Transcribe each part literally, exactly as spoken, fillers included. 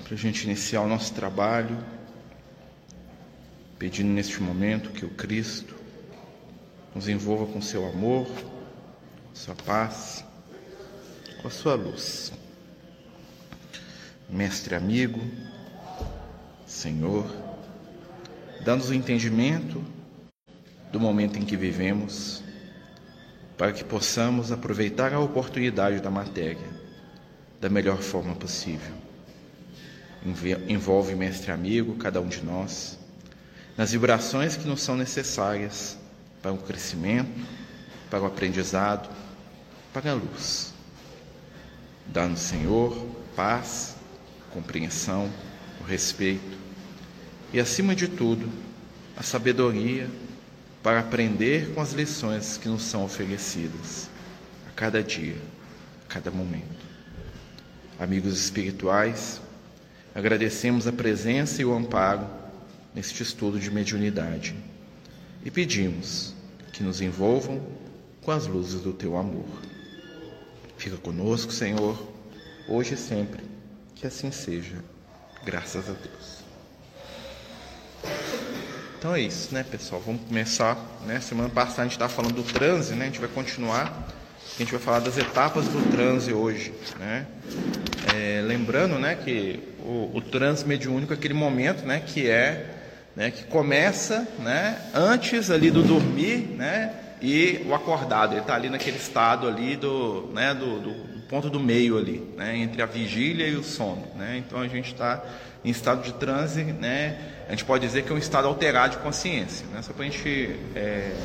para a gente iniciar o nosso trabalho, pedindo neste momento que o Cristo nos envolva com seu amor, sua paz, com a sua luz. Mestre amigo, Senhor, dá-nos o entendimento do momento em que vivemos, para que possamos aproveitar a oportunidade da matéria da melhor forma possível. Envolve, mestre amigo, cada um de nós, nas vibrações que nos são necessárias para o crescimento, para o aprendizado, para a luz. Dá-nos, Senhor, paz, compreensão, o respeito e, acima de tudo, a sabedoria para aprender com as lições que nos são oferecidas a cada dia, a cada momento. Amigos espirituais, agradecemos a presença e o amparo neste estudo de mediunidade e pedimos que nos envolvam com as luzes do Teu amor. Fica conosco, Senhor, hoje e sempre, que assim seja, graças a Deus. Então é isso, né, pessoal? Vamos começar, né? Semana passada a gente estava falando do transe, né? A gente vai continuar, a gente vai falar das etapas do transe hoje, né? É, lembrando, né, que o, o transe mediúnico é aquele momento, né, que é, né, que começa, né, antes ali do dormir, né, e o acordado. Ele está ali naquele estado ali do, né, do, do ponto do meio ali, né, entre a vigília e o sono, né? Então a gente está em estado de transe, né? A gente pode dizer que é um estado alterado de consciência, né? Só para a gente é,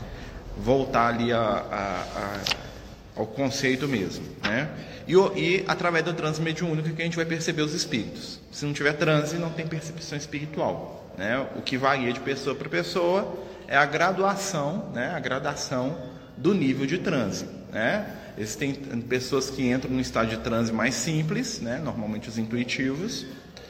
voltar ali a, a, a, ao conceito mesmo, né? E, e através do transe mediúnico que a gente vai perceber os espíritos. Se não tiver transe, não tem percepção espiritual, né? O que varia de pessoa para pessoa é a graduação, né? A gradação do nível de transe, né? Existem pessoas que entram num estado de transe mais simples, né? Normalmente os intuitivos,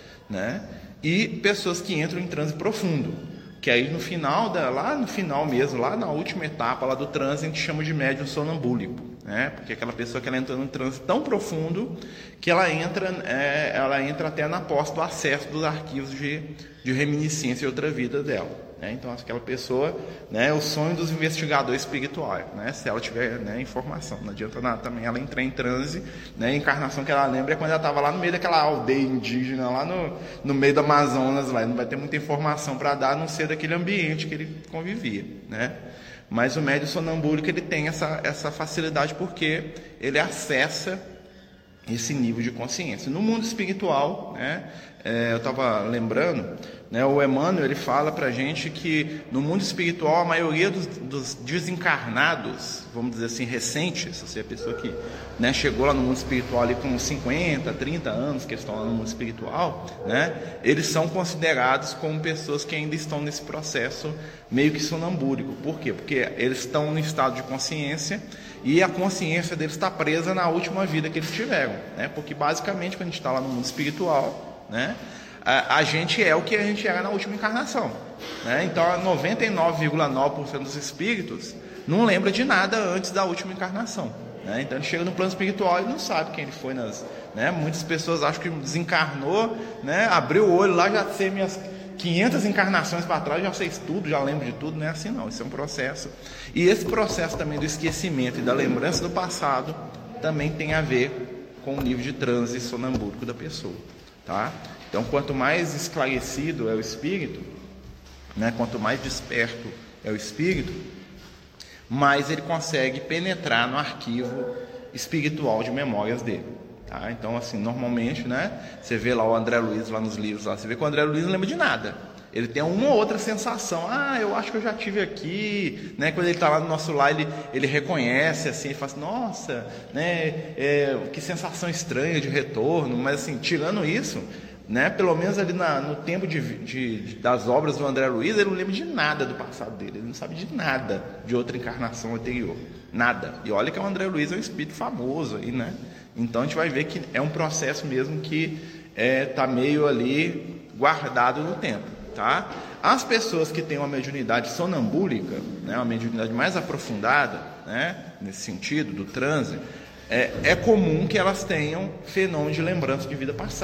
né? E pessoas que entram em transe profundo, que aí no final, da, lá no final mesmo, lá na última etapa lá do transe, a gente chama de médium sonambúlico, né? Porque aquela pessoa que ela entra num transe tão profundo que ela entra, é, ela entra até na posse do acesso dos arquivos de, de reminiscência e outra vida dela. Então, aquela pessoa, né, é o sonho dos investigadores espirituais, né, se ela tiver, né, informação. Não adianta nada também ela entrar em transe, né, a encarnação que ela lembra é quando ela estava lá no meio daquela aldeia indígena, lá no, no meio do Amazonas, lá, não vai ter muita informação para dar, a não ser daquele ambiente que ele convivia, né. Mas o médium sonambúlico, ele tem essa, essa facilidade porque ele acessa esse nível de consciência. No mundo espiritual, né, é, eu estava lembrando, né, o Emmanuel, ele fala para a gente que no mundo espiritual a maioria dos, dos desencarnados, vamos dizer assim, recentes, se você é a pessoa que, né, chegou lá no mundo espiritual ali com cinquenta, trinta anos, que estão lá no mundo espiritual, né, eles são considerados como pessoas que ainda estão nesse processo meio que sonambúlico. Por quê? Porque eles estão no estado de consciência e a consciência deles está presa na última vida que eles tiveram, né? Porque basicamente quando a gente está lá no mundo espiritual, né, a, a gente é o que a gente era na última encarnação, né? Então noventa e nove vírgula nove por cento dos espíritos não lembra de nada antes da última encarnação, né? Então ele chega no plano espiritual e não sabe quem ele foi nas, né? Muitas pessoas acham que desencarnou, né? Abriu o olho lá, já sei minhas quinhentas encarnações para trás, já sei tudo, já lembro de tudo. Não é assim não, isso é um processo. E esse processo também do esquecimento e da lembrança do passado também tem a ver com o nível de transe sonambúlico da pessoa, tá? Então, quanto mais esclarecido é o espírito, né, quanto mais desperto é o espírito, mais ele consegue penetrar no arquivo espiritual de memórias dele. Tá? Então, assim, normalmente, né, você vê lá o André Luiz, lá nos livros, lá, você vê que o André Luiz não lembra de nada. Ele tem uma ou outra sensação, ah, eu acho que eu já tive aqui, né? Quando ele está lá no nosso lar, ele, ele reconhece, assim, ele fala assim, nossa, né, é, que sensação estranha de retorno, mas assim, tirando isso, né, pelo menos ali na, no tempo de, de, de, das obras do André Luiz, ele não lembra de nada do passado dele, ele não sabe de nada de outra encarnação anterior, nada. E olha que o André Luiz é um espírito famoso aí, né? Então a gente vai ver que é um processo mesmo que está é, meio ali guardado no tempo, tá? As pessoas que têm uma mediunidade sonambúlica, né, uma mediunidade mais aprofundada, né, nesse sentido do transe, é, é comum que elas tenham fenômeno de lembrança de vida passada.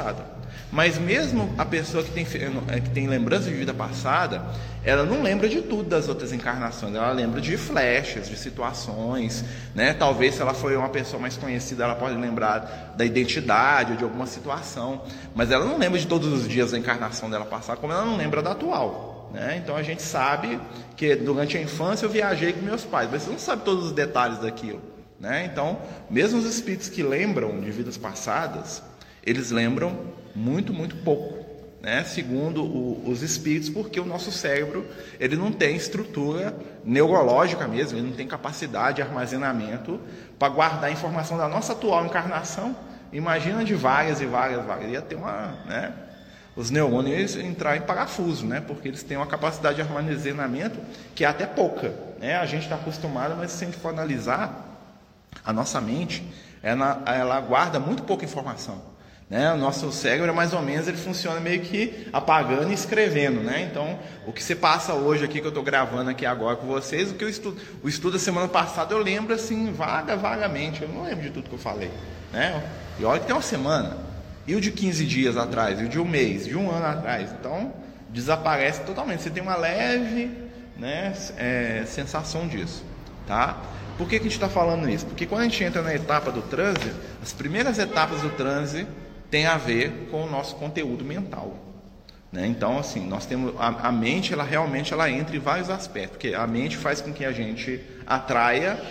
Mas mesmo a pessoa que tem, que tem lembrança de vida passada, ela não lembra de tudo das outras encarnações, ela lembra de flashes, de situações, né? Talvez se ela foi uma pessoa mais conhecida, ela pode lembrar da identidade ou de alguma situação, mas ela não lembra de todos os dias da encarnação dela passada, como ela não lembra da atual, né? Então a gente sabe que durante a infância eu viajei com meus pais, mas você não sabe todos os detalhes daquilo, né? Então, mesmo os espíritos que lembram de vidas passadas, eles lembram muito, muito pouco, né? Segundo o, os espíritos, porque o nosso cérebro ele não tem estrutura neurológica mesmo, ele não tem capacidade de armazenamento para guardar a informação da nossa atual encarnação. Imagina de várias e várias, várias. Ia ter uma, né? Os neurônios entrar em parafuso, né? Porque eles têm uma capacidade de armazenamento que é até pouca, né? A gente está acostumado, mas se a gente for analisar, a nossa mente, ela, ela guarda muito pouca informação, né? O nosso cérebro, mais ou menos, ele funciona meio que apagando e escrevendo, né? Então, o que você passa hoje aqui, que eu estou gravando aqui agora com vocês, o que eu estudo, o estudo da semana passada, eu lembro assim, vaga, vagamente, eu não lembro de tudo que eu falei, né? E olha que tem uma semana, e o de quinze dias atrás, e o de um mês, de um ano atrás, então, desaparece totalmente, você tem uma leve, né, é, sensação disso, tá? Por que que a gente está falando isso? Porque quando a gente entra na etapa do transe, as primeiras etapas do transe têm a ver com o nosso conteúdo mental, né? Então, assim, nós temos a, a mente, ela realmente ela entra em vários aspectos, porque a mente faz com que a gente atraia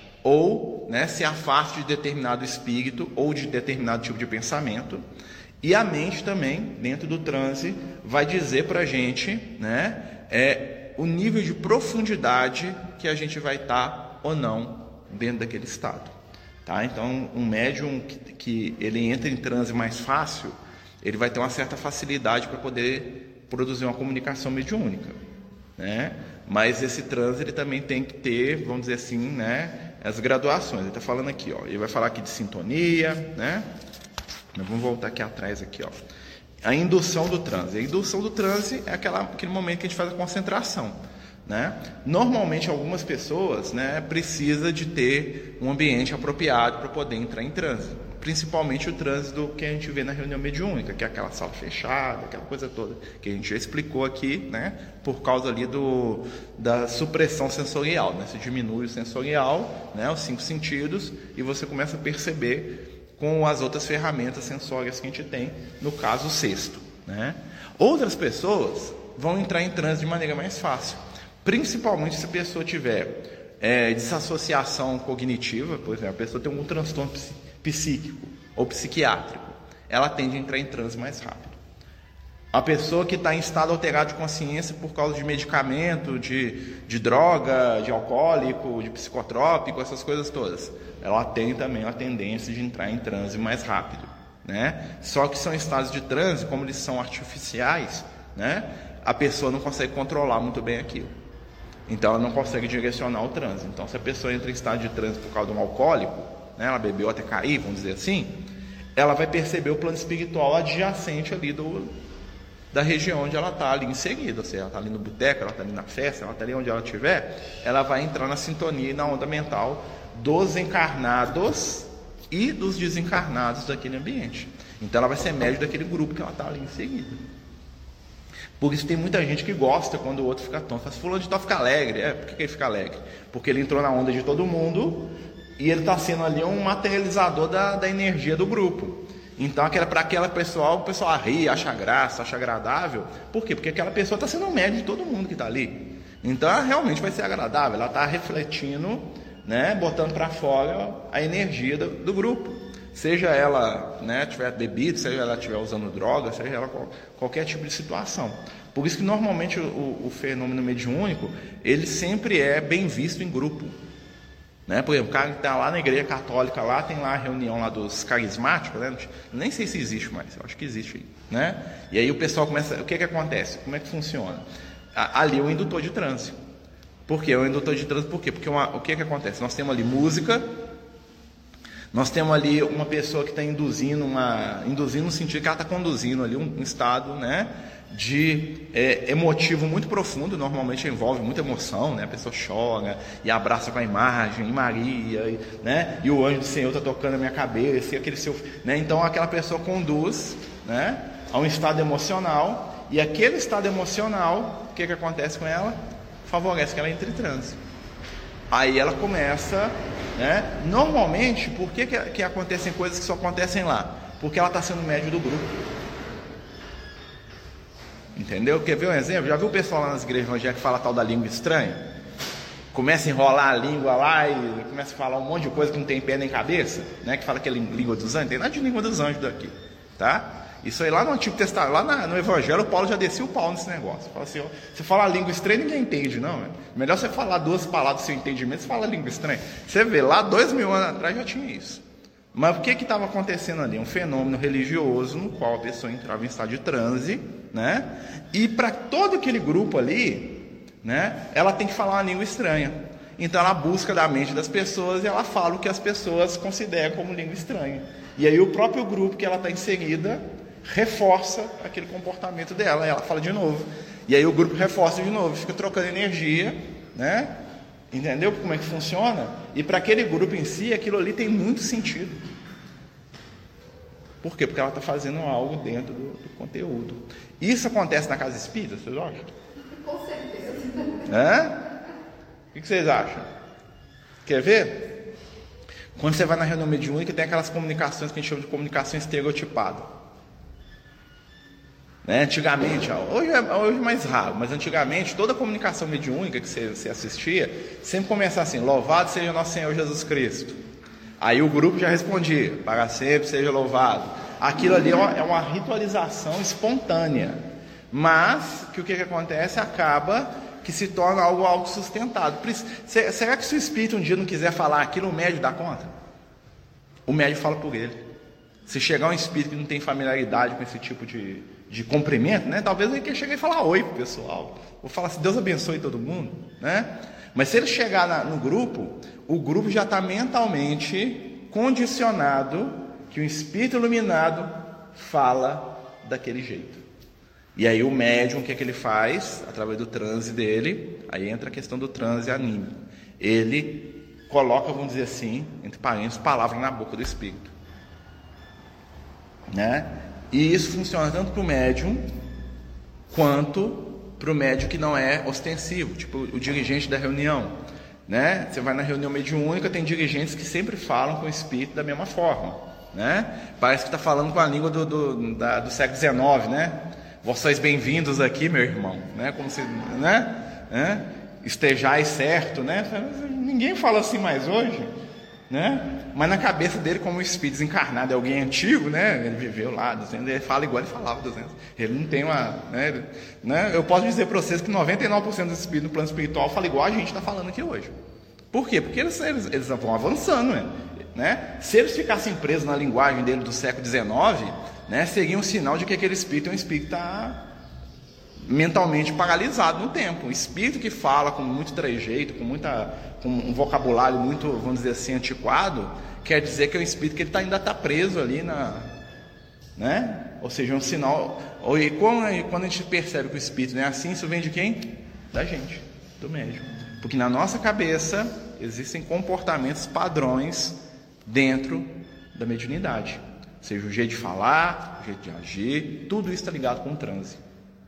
ou, né, se afaste de determinado espírito ou de determinado tipo de pensamento. E a mente também, dentro do transe, vai dizer para a gente, né, é, o nível de profundidade que a gente vai estar tá ou não dentro daquele estado, tá? Então, um médium que, que ele entra em transe mais fácil, ele vai ter uma certa facilidade para poder produzir uma comunicação mediúnica, né? Mas esse transe ele também tem que ter, vamos dizer assim, né, as graduações. Ele está falando aqui, ó, ele vai falar aqui de sintonia, né? Nós vamos voltar aqui atrás aqui, ó. A indução do transe. A indução do transe é aquela, aquele momento que a gente faz a concentração, né? Normalmente algumas pessoas, né, precisa de ter um ambiente apropriado para poder entrar em transe, principalmente o transe do que a gente vê na reunião mediúnica, que é aquela sala fechada, aquela coisa toda que a gente já explicou aqui, né, por causa ali do, da supressão sensorial, né? Você diminui o sensorial, né, os cinco sentidos, e você começa a perceber com as outras ferramentas sensórias que a gente tem, no caso o sexto, né? Outras pessoas vão entrar em transe de maneira mais fácil, principalmente se a pessoa tiver é, desassociação cognitiva, por exemplo, a pessoa tem algum transtorno psíquico ou psiquiátrico, ela tende a entrar em transe mais rápido. A pessoa que está em estado alterado de consciência por causa de medicamento, de, de droga, de alcoólico, de psicotrópico, essas coisas todas, ela tem também a tendência de entrar em transe mais rápido, né? Só que são estados de transe, como eles são artificiais, né? A pessoa não consegue controlar muito bem aquilo. Então ela não consegue direcionar o transe. Então, se a pessoa entra em estado de transe por causa de um alcoólico, né, ela bebeu até cair, vamos dizer assim, ela vai perceber o plano espiritual adjacente ali do, da região onde ela está ali inserida. Ou seja, ela está ali no boteco, ela está ali na festa, ela está ali onde ela estiver, ela vai entrar na sintonia e na onda mental dos encarnados e dos desencarnados daquele ambiente. Então ela vai ser médio daquele grupo que ela está ali inserida. Por isso tem muita gente que gosta quando o outro fica tonto. Fala, fulano de tal fica alegre. É, por que ele fica alegre? Porque ele entrou na onda de todo mundo e ele está sendo ali um materializador da, da energia do grupo. Então, aquela, para aquela pessoa, o pessoal ri, acha graça, acha agradável. Por quê? Porque aquela pessoa está sendo um médio de todo mundo que está ali. Então, ela realmente vai ser agradável. Ela está refletindo, né, botando para fora a energia do, do grupo. Seja ela, né, tiver bebido, seja ela estiver usando droga, seja ela qual, qualquer tipo de situação. Por isso que normalmente o, o fenômeno mediúnico, ele sempre é bem visto em grupo, né? Por exemplo, o cara que está lá na igreja católica, lá tem lá a reunião lá dos carismáticos, né? Nem sei se existe mais, eu acho que existe aí, né? E aí o pessoal começa, o que que acontece? Como é que funciona? Ali é o indutor de transe. Por quê? O indutor de transe, por quê? Porque uma, o que que acontece? Nós temos ali música. Nós temos ali uma pessoa que está induzindo, uma, induzindo no sentido que ela está conduzindo ali um, um estado, né, de é, emotivo muito profundo, normalmente envolve muita emoção, né, a pessoa chora e abraça com a imagem, e Maria, e, né, e o anjo do Senhor está tocando a minha cabeça, e aquele seu, né, então aquela pessoa conduz, né, a um estado emocional, e aquele estado emocional, o que, que acontece com ela? Favorece que ela entre em transe. Aí ela começa, né? Normalmente, por que, que, que acontecem coisas que só acontecem lá? Porque ela está sendo médio do grupo. Entendeu? Quer ver um exemplo? Já viu o pessoal lá nas igrejas evangélicas que fala tal da língua estranha? Começa a enrolar a língua lá e começa a falar um monte de coisa que não tem pé nem cabeça, né? Que fala que é língua dos anjos. Não tem nada de língua dos anjos daqui, tá? Isso aí lá no Antigo Testamento, lá na, no Evangelho, o Paulo já descia o pau nesse negócio. Fala assim, ó, você fala a língua estranha, ninguém entende, não. É melhor você falar duas palavras do seu entendimento, você fala a língua estranha. Você vê, lá dois mil anos atrás já tinha isso. Mas o que que estava acontecendo ali? Um fenômeno religioso no qual a pessoa entrava em estado de transe, né? E para todo aquele grupo ali, né? Ela tem que falar uma língua estranha. Então ela busca da mente das pessoas e ela fala o que as pessoas consideram como língua estranha. E aí o próprio grupo que ela está inserida reforça aquele comportamento dela, e ela fala de novo. E aí o grupo reforça de novo, fica trocando energia, né? Entendeu como é que funciona? E para aquele grupo em si, aquilo ali tem muito sentido. Por quê? Porque ela está fazendo algo dentro do, do conteúdo. Isso acontece na casa espírita, vocês acham? Com certeza. É? O que vocês acham? Quer ver? Quando você vai na reunião mediúnica, tem aquelas comunicações que a gente chama de comunicação estereotipada. Né? Antigamente, hoje é, hoje é mais raro, mas antigamente toda a comunicação mediúnica que você, você assistia sempre começava assim: louvado seja nosso Senhor Jesus Cristo. Aí o grupo já respondia: para sempre seja louvado. Aquilo ali é uma, é uma ritualização espontânea, mas que o que, que acontece? Acaba que se torna algo autossustentado. Será que se o espírito um dia não quiser falar aquilo, o médium dá conta? O médium fala por ele. Se chegar um espírito que não tem familiaridade com esse tipo de de cumprimento, né? Talvez ele queira chegar e falar oi pro pessoal, ou falar assim: Deus abençoe todo mundo, né? Mas se ele chegar na, no grupo, o grupo já está mentalmente condicionado que o espírito iluminado fala daquele jeito. E aí o médium, o que é que ele faz? Através do transe dele, aí entra a questão do transe anímico. Ele coloca, vamos dizer assim, entre parênteses, palavras na boca do espírito, né? E isso funciona tanto para o médium quanto para o médium que não é ostensivo, tipo o dirigente da reunião, né? Você vai na reunião mediúnica, tem dirigentes que sempre falam com o espírito da mesma forma, né? Parece que está falando com a língua do, do, da, do século dezenove, né? Vocês bem-vindos aqui, meu irmão, né? Como se, né? É? Estejais certo, né? Ninguém fala assim mais hoje, né? Mas na cabeça dele, como o espírito desencarnado é alguém antigo, né? Ele viveu lá, duzentos, ele fala igual ele falava duzentos. Ele não tem uma, né? né? Eu posso dizer para vocês que noventa e nove por cento dos espíritos no plano espiritual fala igual a gente está falando aqui hoje. Por quê? Porque eles, eles, eles vão avançando, né? né? Se eles ficassem presos na linguagem dele do século dezenove, né? Seria um sinal de que aquele espírito é um espírito que está mentalmente paralisado no tempo. Um espírito que fala com muito trejeito, com muita, com um vocabulário muito, vamos dizer assim, antiquado, quer dizer que é um espírito que ele tá, ainda está preso ali na, né? Ou seja, um sinal. E quando, quando a gente percebe que o espírito não é assim, isso vem de quem? Da gente, do médium. Porque na nossa cabeça existem comportamentos padrões dentro da mediunidade. Ou seja, o jeito de falar, o jeito de agir, tudo isso está ligado com o transe.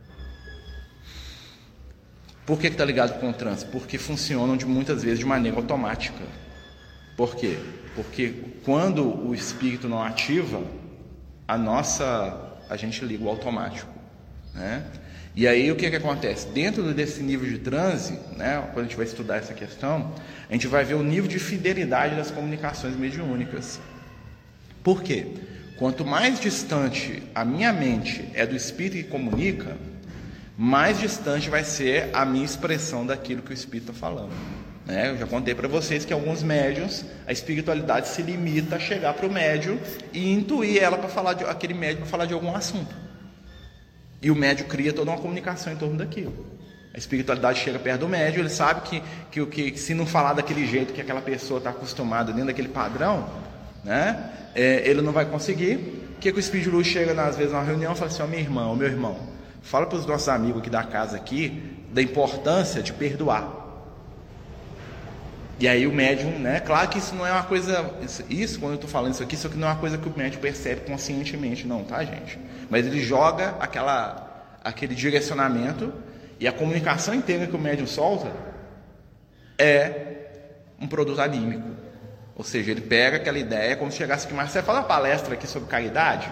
Por que está ligado com o transe? Porque funcionam de, muitas vezes de maneira automática. Por quê? Porque quando o espírito não ativa, a nossa, a gente liga o automático, né? E aí o que, que acontece? Dentro desse nível de transe, né, quando a gente vai estudar essa questão, a gente vai ver o nível de fidelidade das comunicações mediúnicas. Por quê? Quanto mais distante a minha mente é do espírito que comunica, mais distante vai ser a minha expressão daquilo que o espírito está falando, né? Eu já contei para vocês que alguns médiuns, a espiritualidade se limita a chegar para o médium e intuir ela para falar de, aquele médium para falar de algum assunto. E o médium cria toda uma comunicação em torno daquilo. A espiritualidade chega perto do médium, ele sabe que, que, que, que se não falar daquele jeito que aquela pessoa está acostumada, dentro daquele padrão, né, é, ele não vai conseguir. O que, que o espírito de luz chega, às vezes, numa reunião e fala assim: ó, minha irmã, ó, meu irmão, fala para os nossos amigos aqui da casa aqui da importância de perdoar. E aí o médium, né? Claro que isso não é uma coisa... Isso, isso quando eu estou falando isso aqui, isso aqui não é uma coisa que o médium percebe conscientemente, não, tá, gente? Mas ele joga aquela, aquele direcionamento e a comunicação inteira que o médium solta é um produto anímico. Ou seja, ele pega aquela ideia, como se chegasse aqui, mas você fala uma palestra aqui sobre caridade,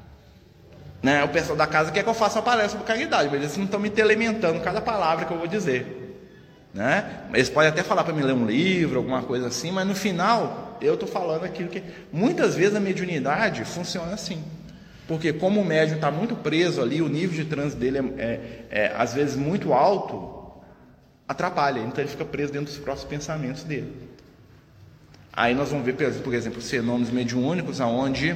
né? O pessoal da casa quer que eu faça uma palestra sobre caridade, mas eles não estão me telementando cada palavra que eu vou dizer. Né? Eles podem até falar para mim ler um livro, alguma coisa assim, mas no final eu estou falando aquilo que... Muitas vezes a mediunidade funciona assim, porque como o médium está muito preso ali, o nível de transe dele é, é, é às vezes muito alto, atrapalha, então ele fica preso dentro dos próprios pensamentos dele. Aí nós vamos ver, por exemplo, fenômenos mediúnicos onde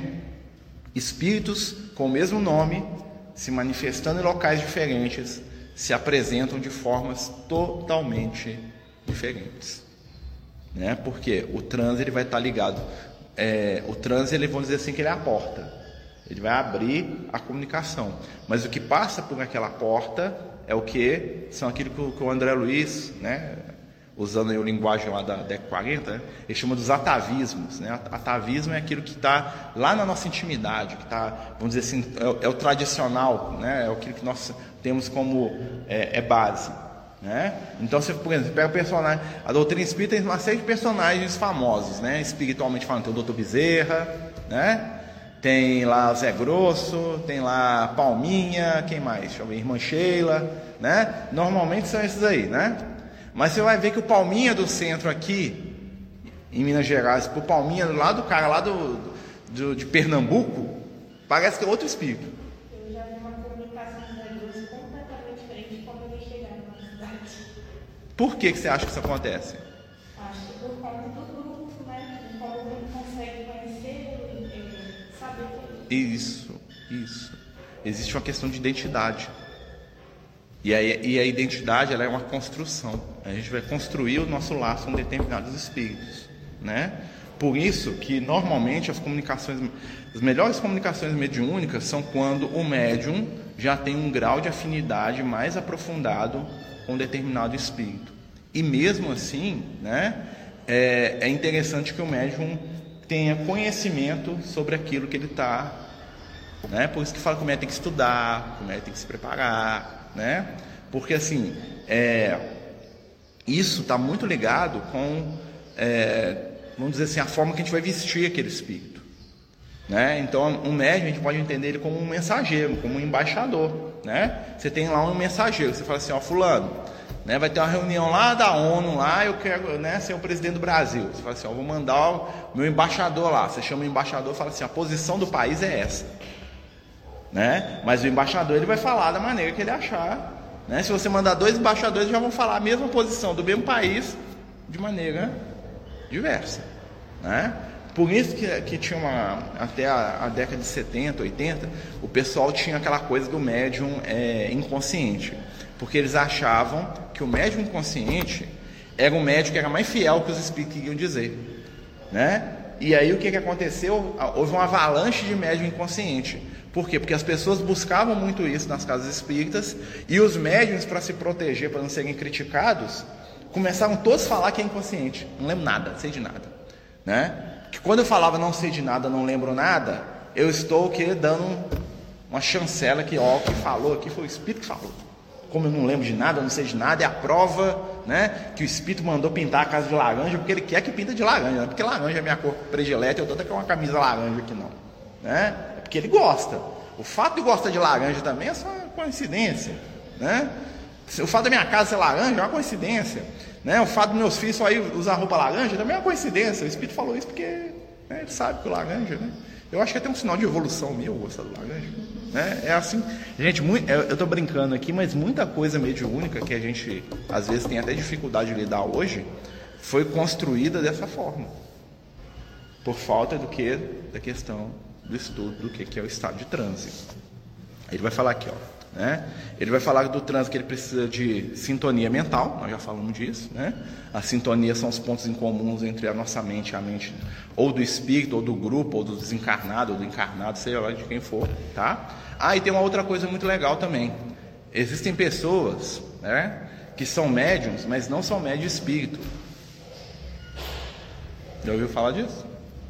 espíritos com o mesmo nome, se manifestando em locais diferentes, se apresentam de formas totalmente diferentes, né? Porque o transe ele vai estar ligado, é, o transe ele, vamos dizer assim, que ele é a porta, ele vai abrir a comunicação, mas o que passa por aquela porta é o que? São aquilo que o, que o André Luiz, né, usando aí a linguagem lá da década de quarenta, né, ele chama dos atavismos, né? Atavismo é aquilo que está lá na nossa intimidade, que está, vamos dizer assim, é, é o tradicional, né? É aquilo que nós temos como é, é base, né? Então, você, por exemplo, você pega o personagem, a doutrina espírita tem uma série de personagens famosos, né? Espiritualmente falando, tem o doutor Bezerra, né? Tem lá Zé Grosso, tem lá Palminha, quem mais? Deixa eu ver, Irmã Sheila, né? Normalmente são esses aí, né? Mas você vai ver que o Palminha do centro aqui, em Minas Gerais, o Palminha lá do cara lá do, do, de Pernambuco, parece que é outro espírito. Eu já vi uma comunicação das duas completamente diferente de como eles chegaram na cidade. Por que, que você acha que isso acontece? Acho que por causa do grupo, né? Como o grupo consegue conhecer, é, saber que... Isso, isso. Existe uma questão de identidade. E a, e a identidade ela é uma construção. A gente vai construir o nosso laço com determinados espíritos, né? Por isso que normalmente as comunicações, as melhores comunicações mediúnicas são quando o médium já tem um grau de afinidade mais aprofundado com determinado espírito. E mesmo assim, né, é, é interessante que o médium tenha conhecimento sobre aquilo que ele está, né? Por isso que fala que o médium tem que estudar, que o médium tem que se preparar, né? Porque assim, é, isso está muito ligado com, é, vamos dizer assim, a forma que a gente vai vestir aquele espírito, né? Então, um médium a gente pode entender ele como um mensageiro, como um embaixador, né? Você tem lá um mensageiro, você fala assim, ó, fulano, né, vai ter uma reunião lá da ONU, lá eu quero, né, ser o presidente do Brasil. Você fala assim, ó, vou mandar o meu embaixador lá. Você chama o embaixador e fala assim, a posição do país é essa, né? Mas o embaixador ele vai falar da maneira que ele achar, né? Se você mandar dois embaixadores, já vão falar a mesma posição do mesmo país de maneira diversa, né? Por isso que, que tinha uma, até a, a década de setenta, oitenta, o pessoal tinha aquela coisa do médium é, inconsciente, porque eles achavam que o médium inconsciente era um médium que era mais fiel que os espíritos queriam dizer, né? E aí o que, que aconteceu? Houve uma avalanche de médium inconsciente. Por quê? Porque as pessoas buscavam muito isso nas casas espíritas, e os médiuns, para se proteger, para não serem criticados, começaram todos a falar que é inconsciente. Não lembro nada, não sei de nada, né? Que quando eu falava não sei de nada, não lembro nada, eu estou que, dando uma chancela que ó, o que falou aqui foi o espírito que falou. Como eu não lembro de nada, não sei de nada, é a prova, né, que o espírito mandou pintar a casa de laranja, porque ele quer que pinta de laranja, não é porque laranja é minha cor predileta, eu estou até com uma camisa laranja aqui não, né? É porque ele gosta. O fato de gostar de laranja também é só uma coincidência, né? O fato da minha casa ser laranja é uma coincidência, né? O fato dos meus filhos só ir usar roupa laranja também é uma coincidência. O espírito falou isso porque, né, ele sabe que o laranja, né? Eu acho que é até um sinal de evolução meu gostar do laranja, né? É assim, gente, muito, eu estou brincando aqui, mas muita coisa mediúnica que a gente às vezes tem até dificuldade de lidar hoje foi construída dessa forma, por falta do que da questão do estudo do que, que é o estado de transe. Ele vai falar aqui, ó, né? Ele vai falar do transe que ele precisa de sintonia mental, nós já falamos disso, né? A sintonia são os pontos em comuns entre a nossa mente e a mente ou do espírito, ou do grupo, ou do desencarnado, ou do encarnado, sei lá de quem for, tá? Ah, e tem uma outra coisa muito legal também. Existem pessoas, né, que são médiums, mas não são médios espírito. Já ouviu falar disso?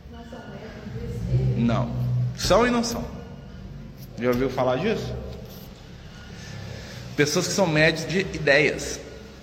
Não. São e não são. Já ouviu falar disso? Pessoas que são médios de ideias,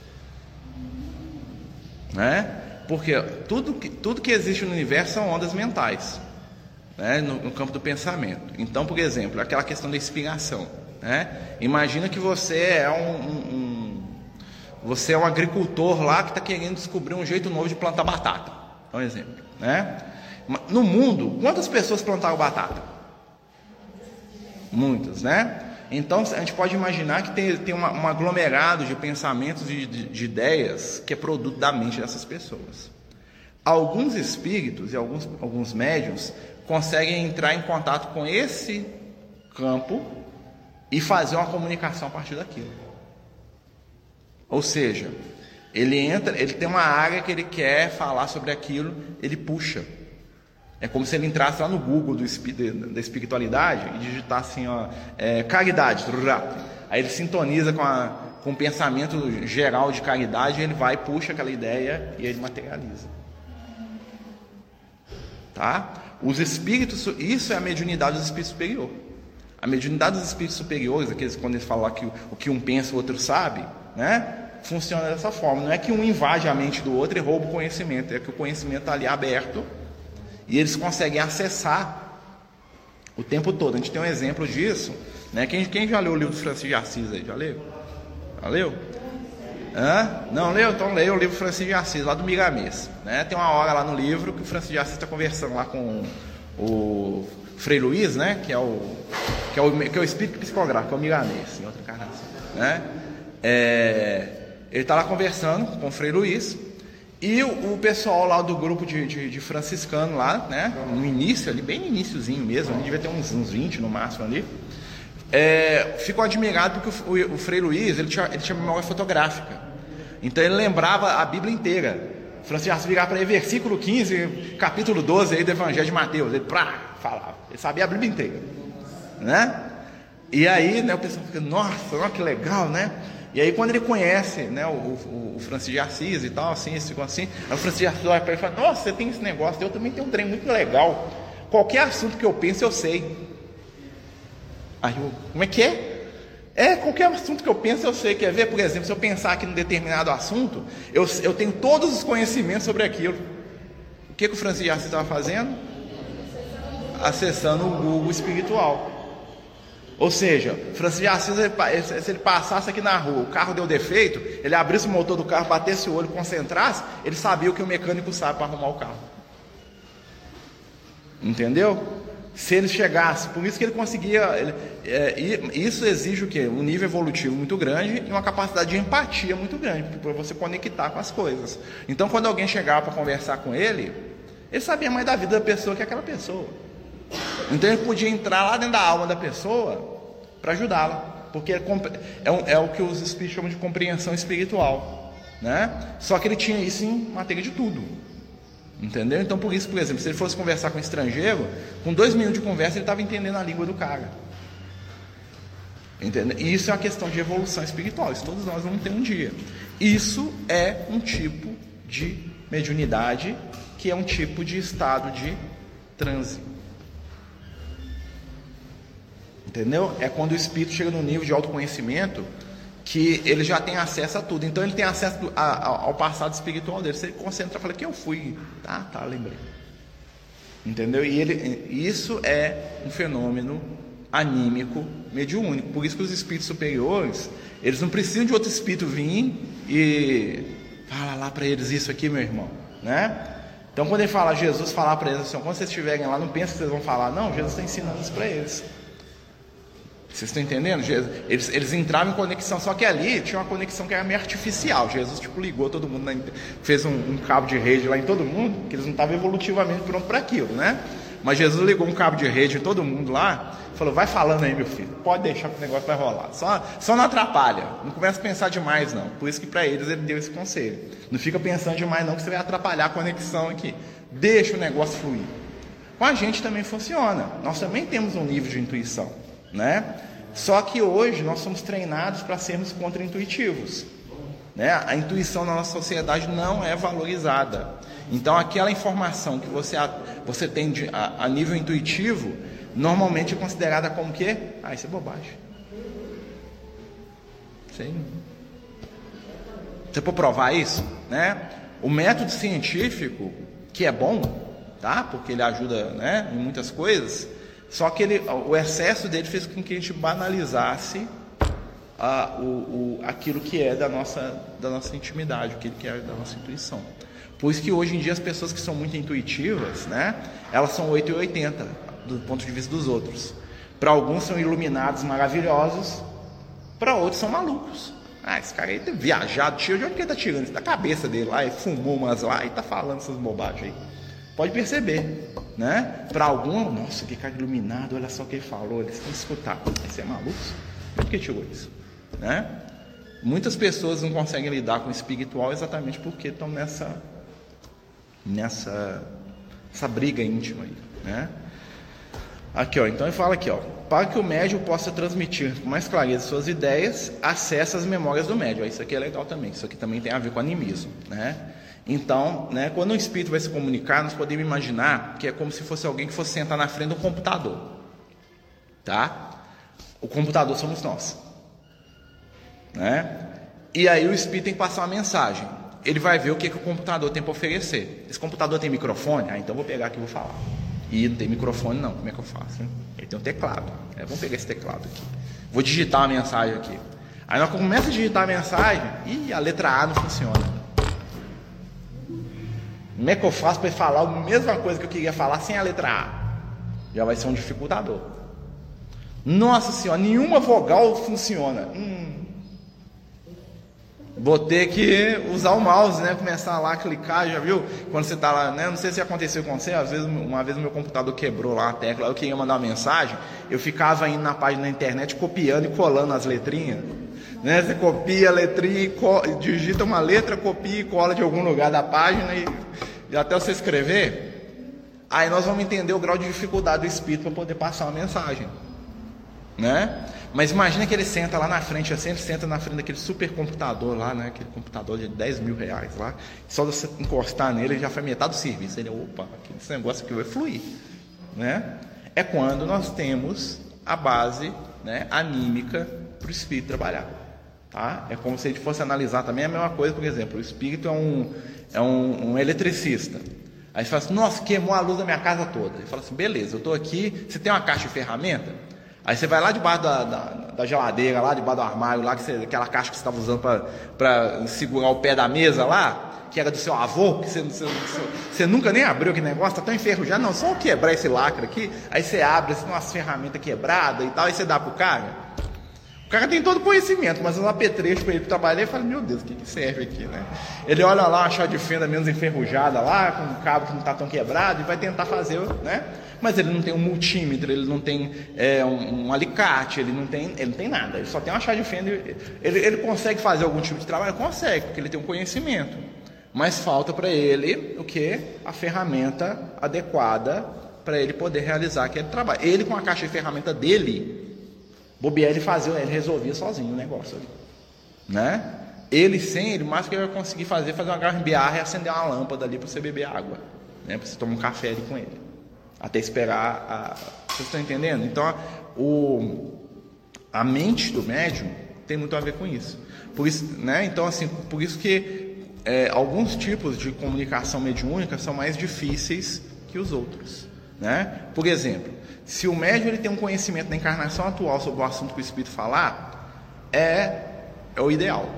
né? Porque tudo que, tudo que existe no universo são ondas mentais, né? no, no campo do pensamento. Então, por exemplo, aquela questão da inspiração, né? Imagina que você é um, um, um você é um agricultor lá que está querendo descobrir um jeito novo de plantar batata, é um exemplo, né? No mundo, quantas pessoas plantaram batata? Muitas, né? Então a gente pode imaginar que tem, tem uma, um aglomerado de pensamentos e de, de ideias que é produto da mente dessas pessoas. Alguns espíritos e alguns, alguns médiuns conseguem entrar em contato com esse campo e fazer uma comunicação a partir daquilo. Ou seja, ele entra, ele tem uma área que ele quer falar sobre aquilo, ele puxa. É como se ele entrasse lá no Google do, da espiritualidade e digitar assim, ó, é, caridade. Aí ele sintoniza com, a, com o pensamento geral de caridade, ele vai, puxa aquela ideia e ele materializa. Tá? Os espíritos, isso é a mediunidade dos espíritos superiores. A mediunidade dos espíritos superiores, aqueles quando eles falam que o, o que um pensa o outro sabe, né? Funciona dessa forma. Não é que um invade a mente do outro e rouba o conhecimento, é que o conhecimento está ali aberto. E eles conseguem acessar o tempo todo. A gente tem um exemplo disso, né? Quem, quem já leu o livro do Francisco de Assis aí? Já leu? Já leu? Hã? Não leu? Então leia o livro do Francisco de Assis, lá do Miramês, né? Tem uma hora lá no livro que o Francisco de Assis está conversando lá com o Frei Luiz, né? Que é o, que é o, que é o espírito psicográfico, é o Miramês, em outra encarnação, né? É, ele está lá conversando com o Frei Luiz. E o, o pessoal lá do grupo de, de, de franciscano lá, né, no início ali, bem no iniciozinho mesmo, ali devia ter uns, uns vinte no máximo ali, é, ficou admirado porque o, o, o Frei Luiz, ele tinha, ele tinha memória fotográfica, então ele lembrava a Bíblia inteira. O Francisco virava para ele, versículo quinze, capítulo doze aí do Evangelho de Mateus, ele prá, falava, ele sabia a Bíblia inteira, né? E aí, né, o pessoal fica, nossa, olha que legal, né? E aí quando ele conhece, né, o, o, o Francisco de Assis e tal, assim, ficou assim, aí o Francisco de Assis olha para ele e fala, nossa, você tem esse negócio, eu também tenho um trem muito legal, qualquer assunto que eu penso eu sei. Aí eu, como é que é? É, qualquer assunto que eu penso eu sei. Quer ver, por exemplo, se eu pensar aqui num determinado assunto, eu, eu tenho todos os conhecimentos sobre aquilo. O que, que o Francisco de Assis estava fazendo? Acessando o Google espiritual. Ou seja, Francisco de Assis, ele, se ele passasse aqui na rua, o carro deu defeito, ele abrisse o motor do carro, batesse o olho, concentrasse, ele sabia o que o mecânico sabe para arrumar o carro. Entendeu? Se ele chegasse, por isso que ele conseguia, ele, é, isso exige o quê? Um nível evolutivo muito grande e uma capacidade de empatia muito grande, para você conectar com as coisas. Então, quando alguém chegava para conversar com ele, ele sabia mais da vida da pessoa que aquela pessoa. Então ele podia entrar lá dentro da alma da pessoa para ajudá-la, porque é, um, é o que os espíritos chamam de compreensão espiritual, né? Só que ele tinha isso em matéria de tudo, entendeu? Então por isso, por exemplo, se ele fosse conversar com um estrangeiro, com dois minutos de conversa ele estava entendendo a língua do cara, entendeu? E isso é uma questão de evolução espiritual, isso todos nós vamos ter um dia. Isso é um tipo de mediunidade, que é um tipo de estado de transe. Entendeu? É quando o espírito chega num nível de autoconhecimento que ele já tem acesso a tudo. Então ele tem acesso a, a, ao passado espiritual dele. Se ele concentra e fala que eu fui, tá, tá, lembrei. Entendeu? E ele, isso é um fenômeno anímico mediúnico. Por isso que os espíritos superiores, eles não precisam de outro espírito vir e fala lá para eles isso aqui, meu irmão, né? Então quando ele fala, Jesus falar para eles assim, quando vocês estiverem lá, não pensa que vocês vão falar, não, Jesus está ensinando isso para eles. Vocês estão entendendo? Eles, eles entravam em conexão, só que ali tinha uma conexão que era meio artificial. Jesus tipo, ligou todo mundo, fez um, um cabo de rede lá em todo mundo, que eles não estavam evolutivamente prontos para aquilo, né? Mas Jesus ligou um cabo de rede em todo mundo lá, falou, vai falando aí, meu filho, pode deixar que o negócio vai rolar, só, só não atrapalha, não começa a pensar demais não. Por isso que para eles ele deu esse conselho, não fica pensando demais não, que você vai atrapalhar a conexão aqui, deixa o negócio fluir. Com a gente também funciona, nós também temos um nível de intuição, né? Só que hoje nós somos treinados para sermos contra-intuitivos, né? A intuição na nossa sociedade não é valorizada. Então, aquela informação que você, você tem de, a, a nível intuitivo, normalmente é considerada como o quê? Ah, isso é bobagem. Sei. Você pode provar isso, né? O método científico, que é bom, tá? Porque ele ajuda, né, em muitas coisas, só que ele, o excesso dele fez com que a gente banalizasse a, o, o, aquilo que é da nossa, da nossa intimidade, aquilo que é da nossa intuição. Por isso que hoje em dia as pessoas que são muito intuitivas, né, elas são oito e oitenta do ponto de vista dos outros. Para alguns são iluminados maravilhosos, para outros são malucos. Ah, esse cara aí tem viajado, tira de onde que ele tá tirando isso? Da cabeça dele lá, e fumou umas lá e tá falando essas bobagens aí. Pode perceber, né? Para algum, nossa, que cara iluminado, olha só o que ele falou, eles têm que escutar. Esse é maluco? Por que tirou isso? Né? Muitas pessoas não conseguem lidar com o espiritual exatamente porque estão nessa, nessa essa briga íntima aí, né? Aqui, ó, então ele fala aqui, ó, para que o médium possa transmitir com mais clareza suas ideias, acesse as memórias do médium. Isso aqui é legal também, isso aqui também tem a ver com animismo, né? Então, né, quando um espírito vai se comunicar, nós podemos imaginar que é como se fosse alguém que fosse sentar na frente de um computador, tá? O computador somos nós, né? E aí o espírito tem que passar uma mensagem. Ele vai ver o que, que o computador tem para oferecer. Esse computador tem microfone? Ah, então vou pegar aqui e vou falar. E não tem microfone não, como é que eu faço? Hein? Ele tem um teclado, é, vamos pegar esse teclado aqui. Vou digitar uma mensagem aqui. Aí nós começamos a digitar a mensagem e a letra A não funciona. Como é que eu faço para falar a mesma coisa que eu queria falar sem a letra A? Já vai ser um dificultador. Nossa senhora, nenhuma vogal funciona. Hum. Vou ter que usar o mouse, né? Começar lá a clicar, já viu? Quando você está lá, né? Não sei se aconteceu com você, às vezes, uma vez o meu computador quebrou lá a tecla, eu queria mandar uma mensagem, eu ficava indo na página da internet copiando e colando as letrinhas, né? Você copia a letrinha, e co... digita uma letra, copia e cola de algum lugar da página e, e até você escrever, aí nós vamos entender o grau de dificuldade do espírito para poder passar uma mensagem, né? Mas imagina que ele senta lá na frente, assim, ele senta na frente daquele supercomputador lá, né? Aquele computador de dez mil reais lá, só você encostar nele, ele já foi metade do serviço. Ele, opa, esse negócio aqui vai fluir, né? É quando nós temos a base, né, anímica para o espírito trabalhar, tá? É como se a gente fosse analisar também a mesma coisa, por exemplo, o espírito é um, é um, um eletricista. Aí você fala assim, nossa, queimou a luz da minha casa toda. Ele fala assim, beleza, eu estou aqui, você tem uma caixa de ferramenta? Aí você vai lá debaixo da, da, da geladeira, lá debaixo do armário, lá, que você, aquela caixa que você estava usando para segurar o pé da mesa lá, que era do seu avô, que você, você, você, você nunca nem abriu aquele negócio, está tão enferrujado, não, só quebrar esse lacre aqui, aí você abre, assim, umas ferramentas quebradas e tal, aí você dá pro cara. O cara tem todo o conhecimento, mas um apetrecho para ele trabalhar e fala, meu Deus, o que, que serve aqui, né? Ele olha lá uma chave de fenda menos enferrujada lá, com um cabo que não está tão quebrado, e vai tentar fazer, né? Mas ele não tem um multímetro, ele não tem é, um, um alicate, ele não tem, ele não tem nada, ele só tem uma chave de fenda. Ele, ele consegue fazer algum tipo de trabalho? Consegue, porque ele tem um conhecimento, mas falta para ele o que? A ferramenta adequada para ele poder realizar aquele trabalho. Ele, com a caixa de ferramenta dele, bobear, ele fazia, ele resolvia sozinho o negócio ali, né? Ele sem, ele mais que ele vai conseguir fazer, fazer uma gambiarra e acender uma lâmpada ali para você beber água, né? Para você tomar um café ali com ele. Até esperar a... Vocês estão entendendo? Então, o... a mente do médium tem muito a ver com isso. Por isso, né? Então, assim, por isso que é, alguns tipos de comunicação mediúnica são mais difíceis que os outros, né? Por exemplo, se o médium ele tem um conhecimento da encarnação atual sobre o assunto que o espírito falar, é, é o ideal.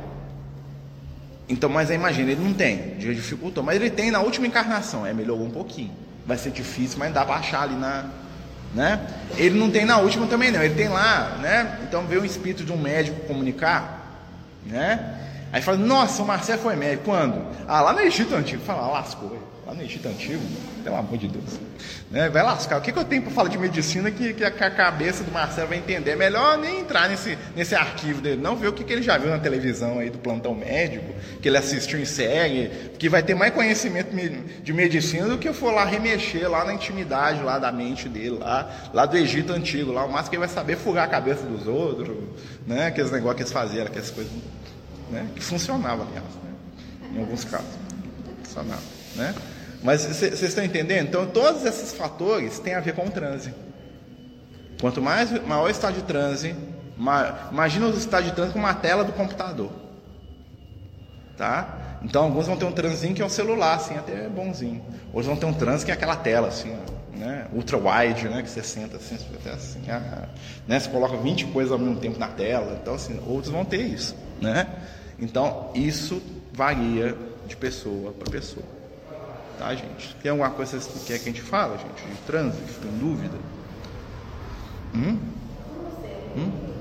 Então, mas aí imagina, ele não tem, já dificultou, mas ele tem na última encarnação, é, melhorou um pouquinho. Vai ser difícil, mas dá para achar ali na, né? Ele não tem na última também não, ele tem lá, né? Então veio um espírito de um médico comunicar, né? Aí fala, nossa, o Marcelo foi médico, quando? Ah, lá no Egito Antigo. Fala, lascou, lá no Egito Antigo, pelo amor de Deus, né? Vai lascar, o que, que eu tenho para falar de medicina que, que a cabeça do Marcelo vai entender? É melhor nem entrar nesse, nesse arquivo dele, não ver o que, que ele já viu na televisão aí do plantão médico, que ele assistiu em série, que vai ter mais conhecimento de medicina do que eu for lá remexer lá na intimidade lá da mente dele, lá, lá do Egito Antigo, lá o máximo que ele vai saber furar a cabeça dos outros, né? Aqueles negócios que eles faziam, aquelas coisas né? Que funcionava, aliás, né? Em alguns casos, funcionava, né? Mas vocês estão entendendo? Então, todos esses fatores têm a ver com o transe. Quanto mais, maior o estado de transe, ma, imagina o estado de transe com uma tela do computador, tá? Então, alguns vão ter um transinho que é um celular, assim, até bonzinho. Outros vão ter um transe que é aquela tela, assim, né? Ultra wide, né? Que você senta assim, até assim, ah, né? Você coloca vinte coisas ao mesmo tempo na tela. Então, assim, outros vão ter isso, né? Então, isso varia de pessoa para pessoa, tá, gente? Tem alguma coisa que quer que a gente fala, gente? De transe, que ficou em dúvida? Hum? Hum?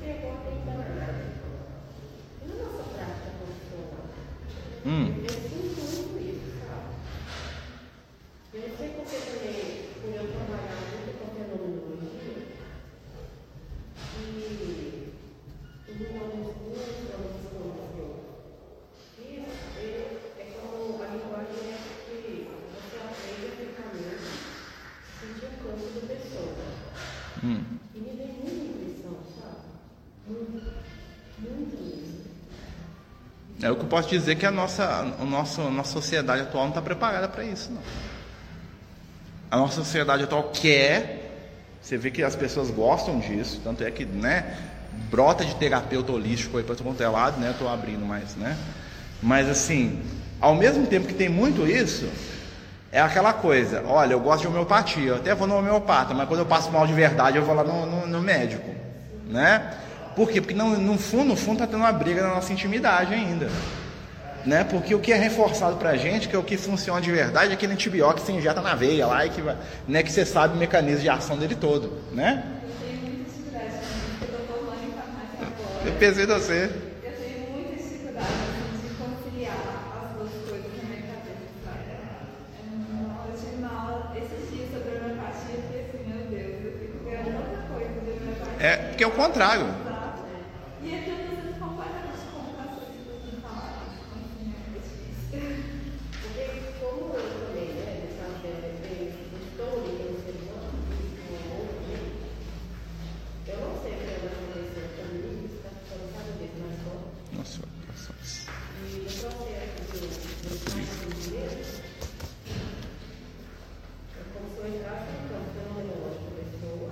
Hum. Eu sinto muito isso, sabe? Eu não sei porque também, por eu trabalhar muito com fenomenologia, e em alguns cursos, em algumas coisas que eu fiz, é como a linguagem é que você aprende a ficar mesmo, sentir o canto da pessoa. Hum. E me deu muita intuição, sabe? Muito, muito mesmo. É o que eu posso dizer que a nossa, a nossa, a nossa sociedade atual não está preparada para isso, não. A nossa sociedade atual quer, você vê que as pessoas gostam disso, tanto é que, né, brota de terapeuta holístico aí para todo quanto é lado, né, estou abrindo mais, né. Mas assim, ao mesmo tempo que tem muito isso, é aquela coisa, olha, eu gosto de homeopatia, eu até vou no homeopata, mas quando eu passo mal de verdade, eu vou lá no, no, no médico, né. Por quê? Porque no, no fundo, no fundo, está tendo uma briga na nossa intimidade ainda, né? Porque o que é reforçado pra gente, que é o que funciona de verdade, é aquele antibiótico que você injeta na veia lá e que, né, que você sabe o mecanismo de ação dele todo, né? Eu tenho muita dificuldade com isso, porque eu tô longe farmácia agora. Eu pensei de você. Eu tenho muita dificuldade assim, de conciliar as duas coisas na minha cabeça, sabe? Eu tive uma aula esses dias sobre homeopatia e fiquei assim, meu Deus, eu fico vendo outra coisa de homeopatia. É, porque é o contrário. E aqui eu tô sendo completamente contra as coisas que eu falar. Enfim, é difícil. Porque como eu também, né, nessa matéria, estou ligando o ser humano, de um outro jeito, eu não sei o que é uma condição comigo, está ficando cada vez mais forte. Nossa, nossa. E no processo do ensinamento é como se eu entrasse no campo fenomenológico da pessoa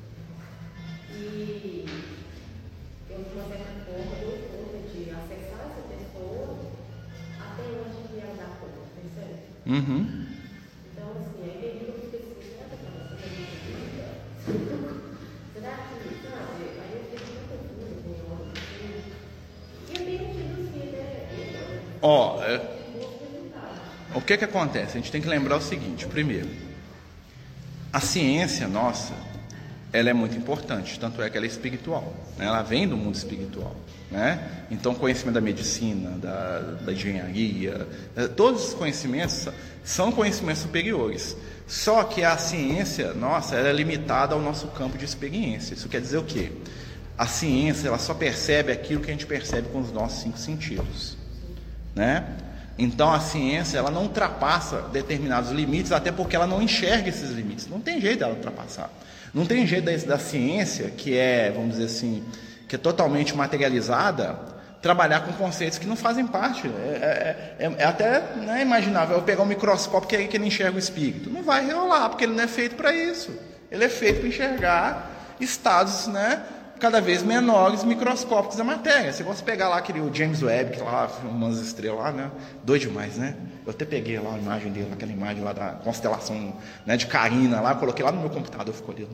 e eu, de uma certa forma, dou conta de acessar essa pessoa até onde ela dá conta, percebe? Uhum. Então, assim, aí tem eu fico assim, será que ela está fazendo? Será que, sabe? Aí eu fico muito confusa com o nome assim. E eu tenho tido assim, né? Ó, é, o que que acontece? A gente tem que lembrar o seguinte, primeiro, a ciência nossa, ela é muito importante, tanto é que ela é espiritual, né? Ela vem do mundo espiritual, né? Então, o conhecimento da medicina, da, da engenharia, todos os conhecimentos são conhecimentos superiores. Só que a ciência nossa, ela é limitada ao nosso campo de experiência. Isso quer dizer o quê? A ciência, ela só percebe aquilo que a gente percebe com os nossos cinco sentidos, né? Então, a ciência, ela não ultrapassa determinados limites, até porque ela não enxerga esses limites. Não tem jeito dela ultrapassar. Não tem jeito da, da ciência, que é, vamos dizer assim, que é totalmente materializada, trabalhar com conceitos que não fazem parte. É, é, é, é até, né, imaginável eu pegar um microscópio que, é, que ele enxerga o espírito. Não vai rolar, porque ele não é feito para isso. Ele é feito para enxergar estados, né, cada vez menores, microscópicos da matéria. Você gosta de pegar lá aquele o James Webb, que lá umas estrelas lá, né? Doido demais, né? Eu até peguei lá a imagem dele, aquela imagem lá da constelação, né, de Carina lá, coloquei lá no meu computador, ficou ali,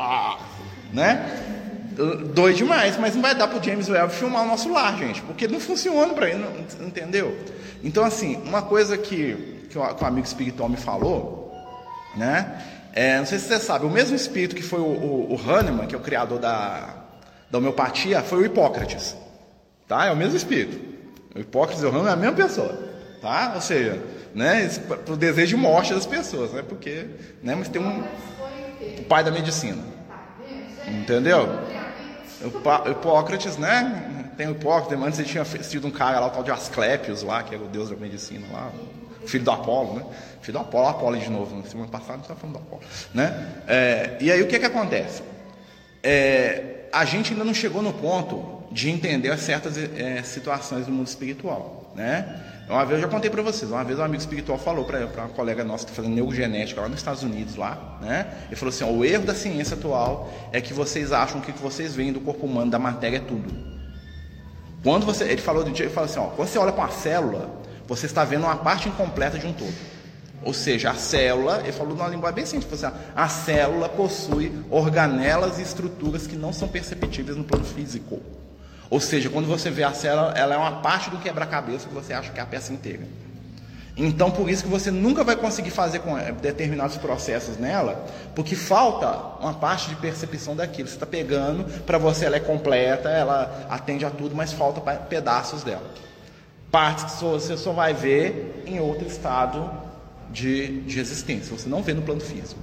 né? Doido demais, mas não vai dar pro James Webb filmar o nosso lar, gente, porque não funciona para ele, não, entendeu? Então, assim, uma coisa que, que, o, que o amigo espiritual me falou, né? É, não sei se você sabe, o mesmo espírito que foi o, o, o Hahnemann, que é o criador da, da homeopatia, foi o Hipócrates, tá? É o mesmo espírito. O Hipócrates e o Hahnemann é a mesma pessoa, tá? Ou seja, né, para o desejo de morte das pessoas, né? Porque, né, mas tem um o pai da medicina, entendeu? O Hipócrates, né? Tem o Hipócrates, antes ele tinha sido um cara lá, o tal de Asclépios lá, que era o deus da medicina lá, filho do Apolo, né? Filho do Apolo, Apolo de novo, na semana passada a gente estava falando do Apolo, né? É, e aí o que que acontece? É, a gente ainda não chegou no ponto de entender certas é, situações do mundo espiritual, né? Uma vez eu já contei para vocês, uma vez um amigo espiritual falou para uma colega nossa que está fazendo neurogenética lá nos Estados Unidos, lá, né? Ele falou assim, ó, o erro da ciência atual é que vocês acham que o que vocês veem do corpo humano, da matéria, é tudo. Quando você, ele falou, ele falou assim, ó, quando você olha para uma célula, você está vendo uma parte incompleta de um todo. Ou seja, a célula, ele falou numa linguagem bem simples, assim, a célula possui organelas e estruturas que não são perceptíveis no plano físico. Ou seja, quando você vê a célula, ela é uma parte do quebra-cabeça que você acha que é a peça inteira. Então, por isso que você nunca vai conseguir fazer com determinados processos nela, porque falta uma parte de percepção daquilo. Você está pegando, para você ela é completa, ela atende a tudo, mas falta pedaços dela. Partes que você só vai ver em outro estado de, de existência. Você não vê no plano físico.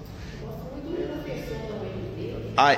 Aí,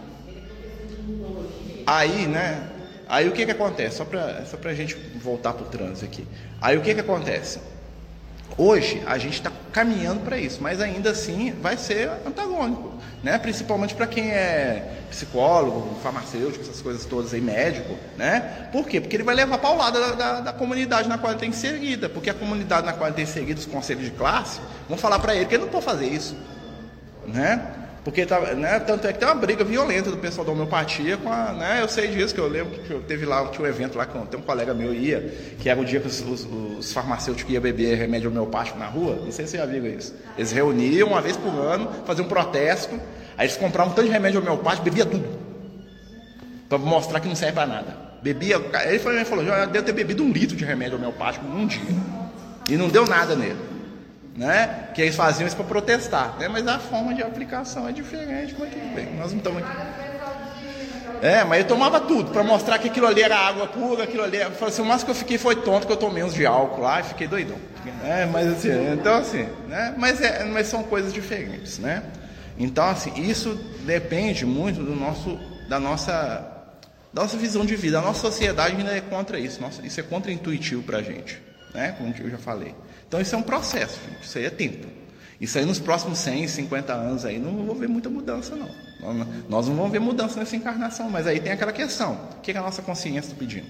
aí né? Aí o que que acontece? Só para só pra gente voltar para o trânsito aqui. Aí o que que acontece? Hoje a gente está caminhando para isso, mas ainda assim vai ser antagônico, né? Principalmente para quem é psicólogo, farmacêutico, essas coisas todas aí, médico, né? Por quê? Porque ele vai levar para o lado da, da, da comunidade na qual ele está inserida, porque a comunidade na qual ele está inserida, os conselhos de classe, vão falar para ele que ele não pode fazer isso, né? Porque tá, né, tanto é que tem uma briga violenta do pessoal da homeopatia com a, né, eu sei disso, que eu lembro que eu teve lá, tinha um evento lá, tem um colega meu ia, que era o dia que os, os, os farmacêuticos iam beber remédio homeopático na rua, não sei se você já viu isso. Eles reuniam uma vez por ano, faziam um protesto, aí eles compravam um tanto de remédio homeopático, bebia tudo, para mostrar que não serve para nada. Bebia, ele falou, ele falou, já deve ter bebido um litro de remédio homeopático num dia, e não deu nada nele. Né? Que eles faziam isso para protestar, né? Mas a forma de aplicação é diferente, mas tudo bem, nós não estamos aqui. É, mas eu tomava tudo para mostrar que aquilo ali era água pura, aquilo ali era... Eu falei assim, o máximo que eu fiquei foi tonto, que eu tomei uns de álcool lá e fiquei doidão, né? Mas assim, então assim, né? Mas, é, mas são coisas diferentes, né? Então assim, isso depende muito do nosso, da nossa, da nossa visão de vida. A nossa sociedade ainda é contra isso, nossa, isso é contra-intuitivo para a gente, né? Como eu já falei. Então isso é um processo, gente. Isso aí é tempo. Isso aí nos próximos cem, cinquenta anos aí não vou ver muita mudança não. Nós não vamos ver mudança nessa encarnação, mas aí tem aquela questão. O que, que a nossa consciência está pedindo?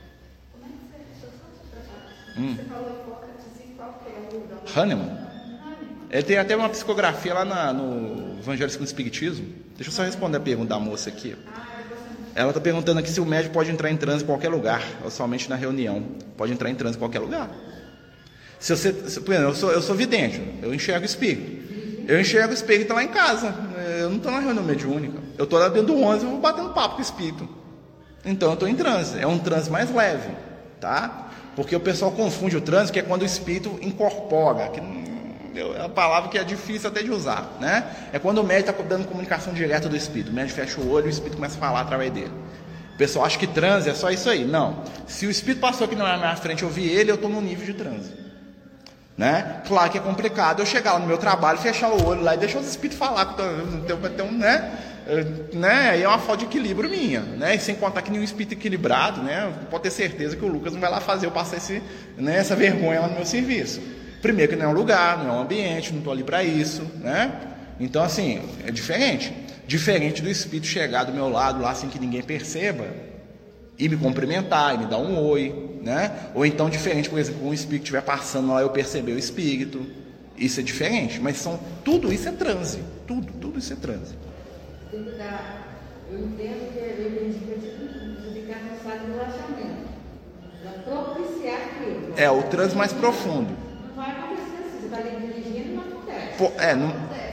Hum. Hahnemann. Ele tem até uma psicografia lá na, no Evangelho segundo o Espiritismo. Deixa eu só responder a pergunta da moça aqui. Ela está perguntando aqui se o médium pode entrar em transe em qualquer lugar, ou somente na reunião. Pode entrar em transe em qualquer lugar. Se você, se, por exemplo, eu sou, eu sou vidente, eu enxergo o espírito. Eu enxergo o espírito lá em casa. Eu não estou na reunião mediúnica. Eu estou lá dentro do ônibus e vou batendo papo com o espírito. Então eu estou em transe. É um transe mais leve, tá? Porque o pessoal confunde o transe, que é quando o espírito incorpora, que é uma palavra que é difícil até de usar, né? É quando o médium está dando comunicação direta do espírito. O médium fecha o olho e o espírito começa a falar através dele. O pessoal acha que transe é só isso aí. Não. Se o espírito passou aqui na minha frente e eu vi ele, eu estou no nível de transe. Né? Claro que é complicado eu chegar lá no meu trabalho, fechar o olho lá e deixar os espíritos falar, ter um, né? Né? Aí é uma falta de equilíbrio minha, né? E sem contar que nenhum espírito equilibrado, né? Pode ter certeza que o Lucas não vai lá fazer eu passar esse, né? essa vergonha lá no meu serviço. Primeiro que não é um lugar, não é um ambiente, não estou ali para isso, né? Então assim, é diferente. Diferente do espírito chegar do meu lado lá sem que ninguém perceba e me cumprimentar, e me dar um oi, né? Ou então diferente, por exemplo, um espírito estiver passando lá, eu perceber o espírito, isso é diferente, mas são, tudo isso é transe, tudo, tudo isso é transe. Tem que dar, eu entendo que eu entendi que você ficar no estado de relaxamento, para propiciar aquilo. É, o transe mais profundo. Não vai acontecer assim, você está ali dirigindo e não acontece. Pô, é, não...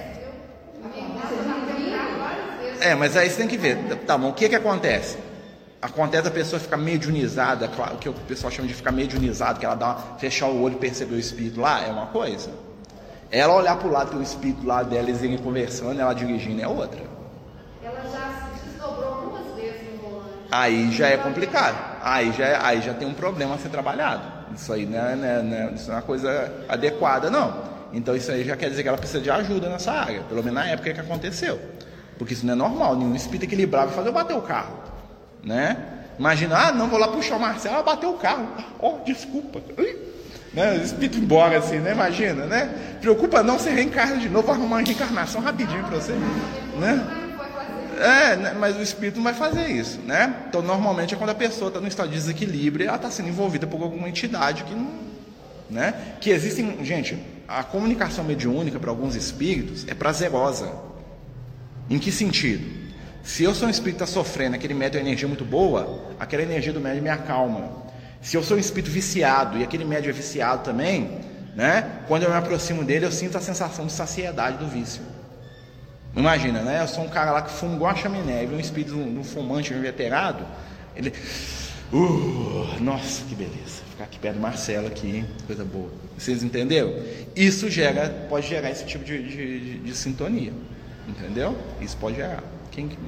é, mas aí você tem que ver, tá bom, o que que acontece? Acontece a pessoa ficar mediunizada, o que o pessoal chama de ficar mediunizado, que ela dá uma, fechar o olho e perceber o espírito lá, é uma coisa. Ela olhar para o lado, tem o espírito lá dela, eles irem conversando, ela dirigindo, é outra. Ela já se desdobrou algumas vezes no volante. Aí já é complicado, aí já, é, aí já tem um problema a ser trabalhado. Isso aí não é, não é, não é, isso não é uma coisa adequada, não. Então isso aí já quer dizer que ela precisa de ajuda nessa área, pelo menos na época que aconteceu. Porque isso não é normal, nenhum espírito equilibrado vai fazer eu bater o carro. Né? Imagina, ah, não, vou lá puxar o Marcelo, ah, bateu o carro, oh, desculpa, né? O espírito embora assim, né? Imagina, né? Preocupa não, você reencarna de novo, vai arrumar uma reencarnação rapidinho para você, né? É, né, mas o espírito não vai fazer isso, né? Então, normalmente é quando a pessoa está no estado de desequilíbrio, ela está sendo envolvida por alguma entidade que não, né? Que existem, gente, a comunicação mediúnica para alguns espíritos é prazerosa. Em que sentido? Se eu sou um espírito que está sofrendo, aquele médium tem uma energia muito boa, aquela energia do médium me acalma. Se eu sou um espírito viciado e aquele médium é viciado também, né? Quando eu me aproximo dele, eu sinto a sensação de saciedade do vício. Imagina, né? Eu sou um cara lá que fuma igual a chaminé, e vê um espírito um, um fumante, um inveterado, ele... Uh, nossa, que beleza. Ficar aqui perto do Marcelo aqui, hein? Coisa boa. Vocês entenderam? Isso gera, pode gerar esse tipo de, de, de, de sintonia. Entendeu? Isso pode gerar. Quem que...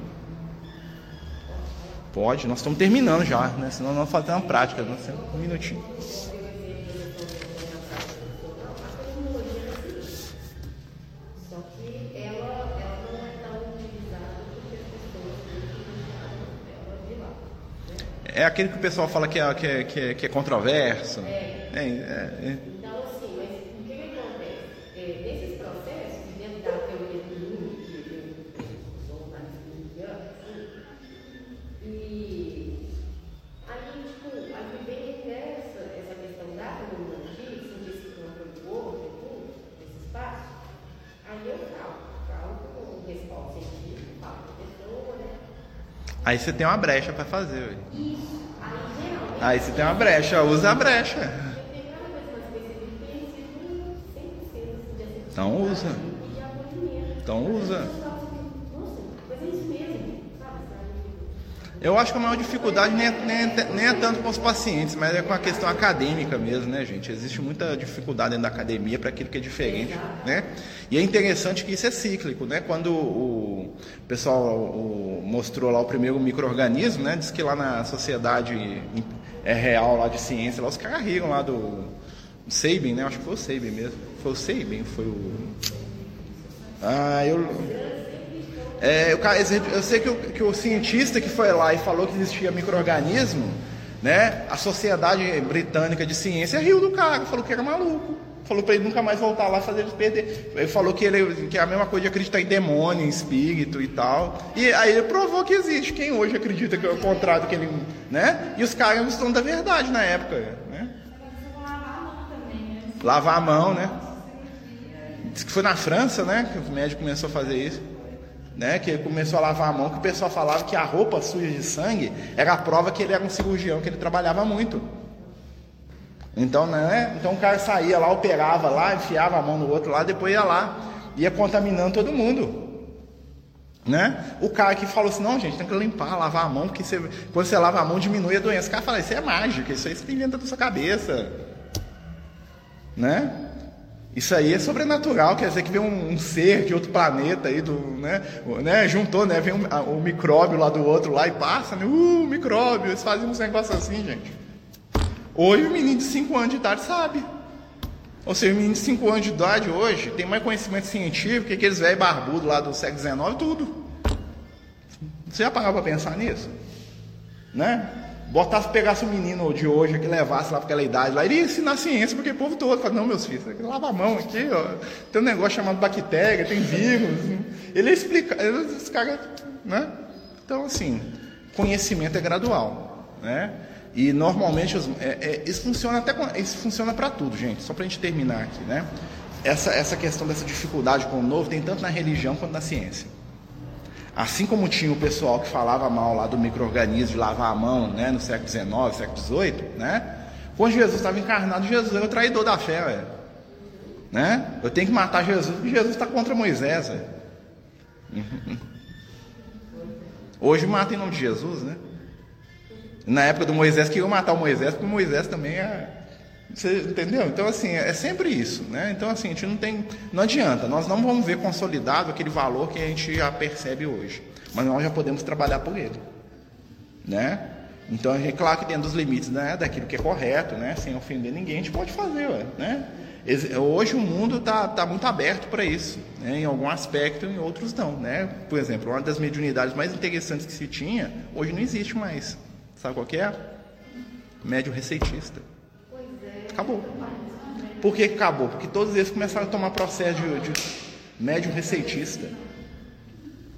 Pode, nós estamos terminando já, né? Senão nós vamos fazer uma prática. Nós temos um minutinho. É aquele que o pessoal fala que é, que é, que é, que é controverso. É. É, é, é. Então, assim, mas o que, que acontece? É, nesses processos, dentro da teoria do mundo, que eu sou mais indiana, assim, e aí, tipo, a que vem essa, essa questão da comunidade, sentir esse controle do corpo e tudo, esse espaço, aí eu falo, falo com o respaldo científico, falo com a pessoa, né? Aí você tem uma brecha para fazer. Isso. Aí você tem uma brecha, usa a brecha. Então usa. Então usa. Eu acho que a maior dificuldade nem é, nem, é, nem é tanto com os pacientes, mas é com a questão acadêmica mesmo, né, gente? Existe muita dificuldade dentro da academia para aquilo que é diferente, né? E é interessante que isso é cíclico, né? Quando o pessoal o, mostrou lá o primeiro micro-organismo, né? Diz que lá na sociedade é real lá de ciência, lá os caras riram lá do Sabin, né? Acho que foi o Sabin mesmo. Foi o Sabin, foi o... Ah, eu... É, eu, eu sei que o, que o cientista que foi lá e falou que existia micro-organismo, né? A Sociedade Britânica de Ciência riu do cara, falou que era maluco. Falou para ele nunca mais voltar lá, fazer ele perder. Ele falou que, ele, que é a mesma coisa de acreditar em demônio, em espírito e tal. E aí ele provou que existe. Quem hoje acredita que é o contrário do que ele... Né? E os caras estão da verdade na época, né? Lavar a mão, né? Diz que foi na França, né? Que o médico começou a fazer isso. Né, que ele começou a lavar a mão, que o pessoal falava que a roupa suja de sangue era a prova que ele era um cirurgião, que ele trabalhava muito. Então, né, então o cara saía lá, operava lá, enfiava a mão no outro lá, depois ia lá, ia contaminando todo mundo. Né? O cara que falou assim, não, gente, tem que limpar, lavar a mão, porque você, quando você lava a mão diminui a doença. O cara fala, isso é mágica, isso aí você tem dentro da sua cabeça. Né? Isso aí é sobrenatural, quer dizer que vem um, um ser de outro planeta aí, do, né, né, juntou, né, vem um, a, o micróbio lá do outro lá e passa, né, uh, micróbio, eles fazem uns negócios assim, gente. Hoje o menino de cinco anos de idade sabe. Ou seja, o menino de cinco anos de idade hoje tem mais conhecimento científico que aqueles velhos barbudos lá do século dezenove, tudo. Você já parou para pensar nisso? Né? Botasse, pegasse o menino de hoje que levasse lá para aquela idade lá, ele ia ensinar a ciência, porque o povo todo fala, não, meus filhos, lava a mão aqui, ó, tem um negócio chamado bactéria, tem vírus, ele ia explicar, esses caras, né? Então, assim, conhecimento é gradual, né? E normalmente os, é, é, isso funciona até com, isso funciona para tudo, gente, só para a gente terminar aqui, né? Essa, essa questão dessa dificuldade com o novo tem tanto na religião quanto na ciência. Assim como tinha o pessoal que falava mal lá do micro-organismo de lavar a mão, né, no século dezenove, século dezoito, né? Quando Jesus estava encarnado, Jesus era o traidor da fé, velho. Né? Eu tenho que matar Jesus porque Jesus está contra Moisés, velho. Hoje mata em nome de Jesus, né? Na época do Moisés, queriam matar o Moisés, porque o Moisés também é... Você entendeu? Então, assim, é sempre isso, né? Então, assim, a gente não tem... Não adianta, nós não vamos ver consolidado aquele valor que a gente já percebe hoje. Mas nós já podemos trabalhar por ele, né? Então, é claro que dentro dos limites, né, daquilo que é correto, né? Sem ofender ninguém, a gente pode fazer, ué, né? Hoje o mundo está tá muito aberto para isso, né? Em algum aspecto, em outros não, né? Por exemplo, uma das mediunidades mais interessantes que se tinha, hoje não existe mais. Sabe qual que é? Médium receitista. Acabou. Por que acabou? Porque todos eles começaram a tomar processo de, de médium receitista.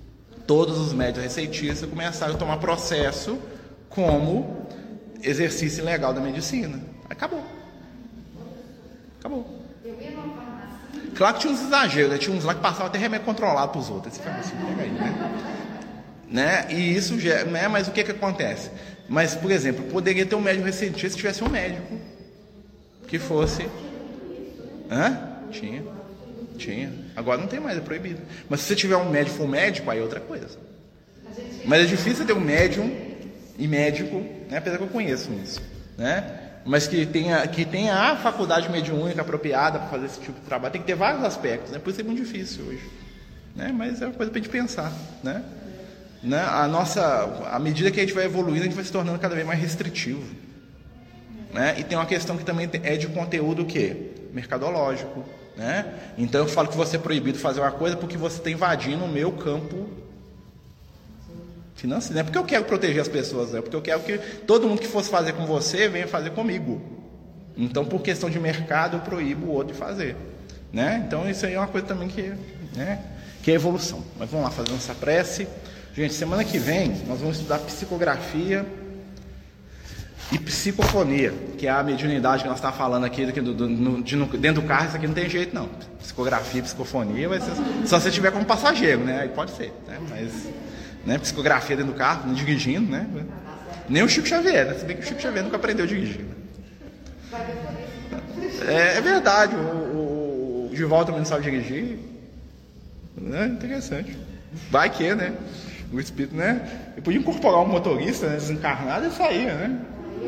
todos os médicos receitistas começaram a tomar processo como exercício legal da medicina. Acabou. Acabou. Claro que tinha uns exageros, né? Tinha uns lá que passavam até remédio controlado para os outros. Você fala assim, pega aí, né? né? E isso já, né? Mas o que que acontece? Mas, por exemplo, poderia ter um médico recentista se tivesse um médico que fosse... Hã? Tinha. Tinha. Agora não tem mais, é proibido. Mas se você tiver um médico for um médico, aí é outra coisa. Mas é difícil ter um médium e médico, né? Apesar que eu conheço isso, né? Mas que tenha, que tenha a faculdade mediúnica apropriada para fazer esse tipo de trabalho. Tem que ter vários aspectos, né? Por isso é muito difícil hoje, né? Mas é uma coisa para a gente pensar, né? né? A nossa, à medida que a gente vai evoluindo, a gente vai se tornando cada vez mais restritivo, né? E tem uma questão que também é de conteúdo o quê? Mercadológico, né? Então eu falo que você é proibido fazer uma coisa porque você está invadindo o meu campo financeiro, não é porque eu quero proteger as pessoas, é porque eu quero que todo mundo que fosse fazer com você venha fazer comigo. Então, por questão de mercado, eu proíbo o outro de fazer, né? Então, isso aí é uma coisa também que, né, que é evolução. Mas vamos lá fazer essa prece. Gente, semana que vem nós vamos estudar psicografia e psicofonia, que é a mediunidade que nós estamos falando aqui do, do, no, de, no, dentro do carro. Isso aqui não tem jeito, não. Psicografia, psicofonia, vai ser, só se você tiver como passageiro, né? Aí pode ser, né? Mas... Né, psicografia dentro do carro, dirigindo, né? Nem o Chico Xavier, né? Se bem que o Chico Xavier nunca aprendeu a dirigir. Né? É, é verdade, o, o, o Divaldo também não sabe dirigir. É interessante. Vai que, né? O espírito, né? Ele podia incorporar um motorista, né, desencarnado e saía, né?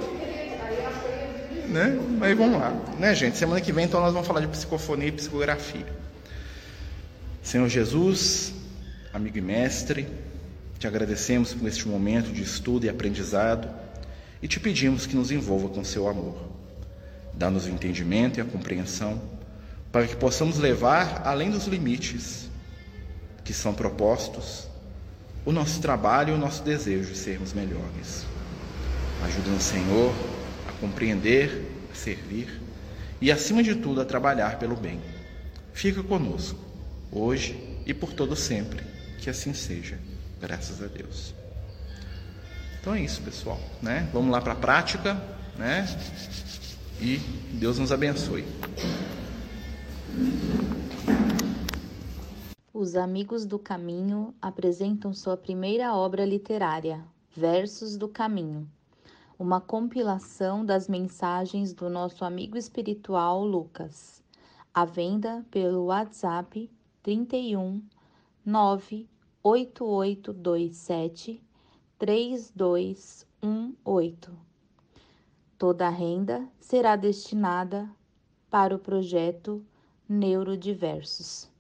né? Mas vamos lá, né, gente? Semana que vem, então, nós vamos falar de psicofonia e psicografia. Senhor Jesus, amigo e mestre, te agradecemos por este momento de estudo e aprendizado e te pedimos que nos envolva com seu amor. Dá-nos o entendimento e a compreensão para que possamos levar além dos limites que são propostos o nosso trabalho e o nosso desejo de sermos melhores. Ajuda-nos, Senhor, a compreender, a servir e, acima de tudo, a trabalhar pelo bem. Fica conosco, hoje e por todo sempre, que assim seja. Graças a Deus. Então é isso, pessoal, né? Vamos lá para a prática, né? E Deus nos abençoe. Os Amigos do Caminho apresentam sua primeira obra literária, Versos do Caminho, uma compilação das mensagens do nosso amigo espiritual Lucas, à venda pelo WhatsApp trinta e um, nove oito oito dois sete, três dois um oito. Toda a renda será destinada para o projeto Neurodiversos.